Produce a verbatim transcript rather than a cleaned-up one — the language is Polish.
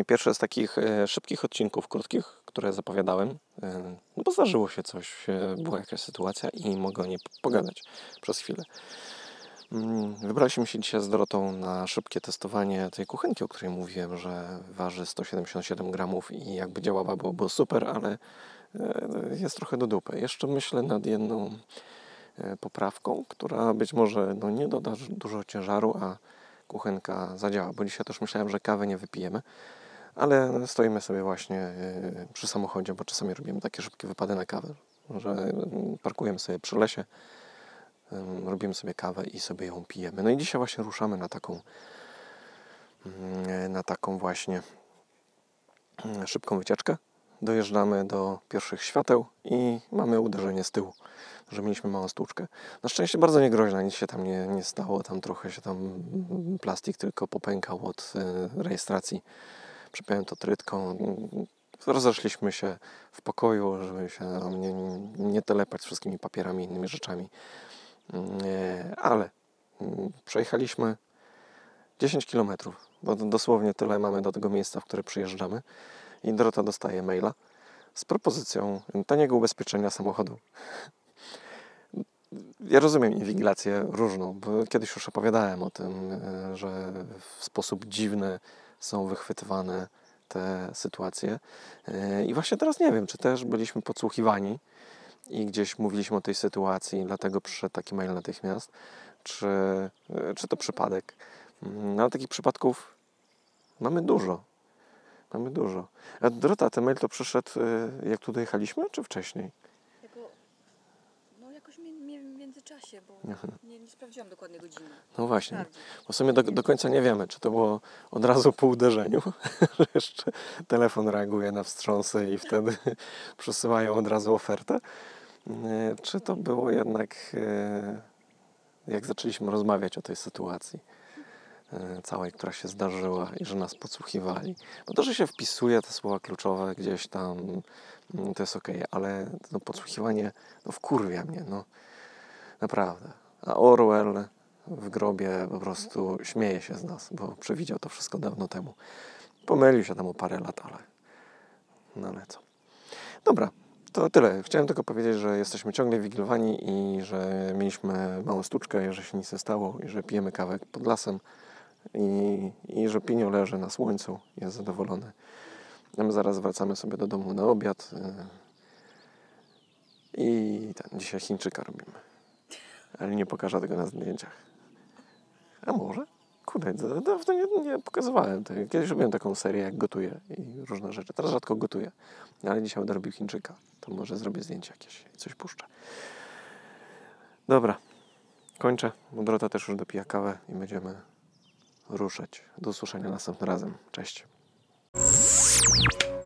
pierwszy z takich e, szybkich odcinków, krótkich, które zapowiadałem, e, no bo zdarzyło się coś, e, była jakaś sytuacja i mogę o niej pogadać przez chwilę. Mm, Wybraliśmy się dzisiaj z Dorotą na szybkie testowanie tej kuchenki, o której mówiłem, że waży sto siedemdziesiąt siedem gramów i jakby działała, było, było super, ale e, jest trochę do dupy. Jeszcze myślę nad jedną e, poprawką, która być może no, nie doda dużo ciężaru, a kuchenka zadziała, bo dzisiaj też myślałem, że kawy nie wypijemy, ale stoimy sobie właśnie przy samochodzie, bo czasami robimy takie szybkie wypady na kawę, że parkujemy sobie przy lesie, robimy sobie kawę i sobie ją pijemy. No i dzisiaj właśnie ruszamy na taką na taką właśnie szybką wycieczkę. Dojeżdżamy do pierwszych świateł i mamy uderzenie z tyłu, że mieliśmy małą stłuczkę. Na szczęście bardzo niegroźna, nic się tam nie, nie stało, tam trochę się tam plastik tylko popękał od rejestracji. Przypiąłem to trytką. Rozeszliśmy się w pokoju, żeby się nie, nie telepać z wszystkimi papierami i innymi rzeczami. Ale przejechaliśmy dziesięć kilometrów, bo dosłownie tyle mamy do tego miejsca, w które przyjeżdżamy. I Dorota dostaje maila z propozycją taniego ubezpieczenia samochodu. Ja rozumiem inwigilację różną, bo kiedyś już opowiadałem o tym, że w sposób dziwny są wychwytywane te sytuacje. I właśnie teraz nie wiem, czy też byliśmy podsłuchiwani i gdzieś mówiliśmy o tej sytuacji, dlatego przyszedł taki mail natychmiast, czy, czy to przypadek. No, ale takich przypadków mamy dużo. Mamy dużo. A Dorota, ten mail to przyszedł, jak tu dojechaliśmy, czy wcześniej? Jako, no jakoś w międzyczasie, bo nie, nie sprawdziłam dokładnie godziny. No właśnie, bo w sumie do, do końca nie wiemy, czy to było od razu po uderzeniu, że jeszcze telefon reaguje na wstrząsy i wtedy przesyłają od razu ofertę, czy to było jednak, jak zaczęliśmy rozmawiać o tej sytuacji całej, która się zdarzyła i że nas podsłuchiwali. Bo to, że się wpisuje te słowa kluczowe gdzieś tam, to jest okej, ale no, podsłuchiwanie no, wkurwia mnie, no naprawdę. A Orwell w grobie po prostu śmieje się z nas, bo przewidział to wszystko dawno temu. Pomylił się tam o parę lat, ale no ale co. Dobra, to tyle. Chciałem tylko powiedzieć, że jesteśmy ciągle wigilowani i że mieliśmy małą stłuczkę, że się nic nie stało i że pijemy kawę pod lasem i, i że Pinio leży na słońcu, jest zadowolony. A my zaraz wracamy sobie do domu na obiad i ten, dzisiaj Chińczyka robimy. Ale nie pokażę tego na zdjęciach. A może? Kurde, dawno nie, nie pokazywałem tego. Kiedyś robiłem taką serię, jak gotuję i różne rzeczy. Teraz rzadko gotuję. Ale dzisiaj będę robił Chińczyka. To może zrobię zdjęcie jakieś i coś puszczę. Dobra. Kończę. Dorota też już dopija kawę i będziemy ruszać. Do usłyszenia następnym razem. Cześć.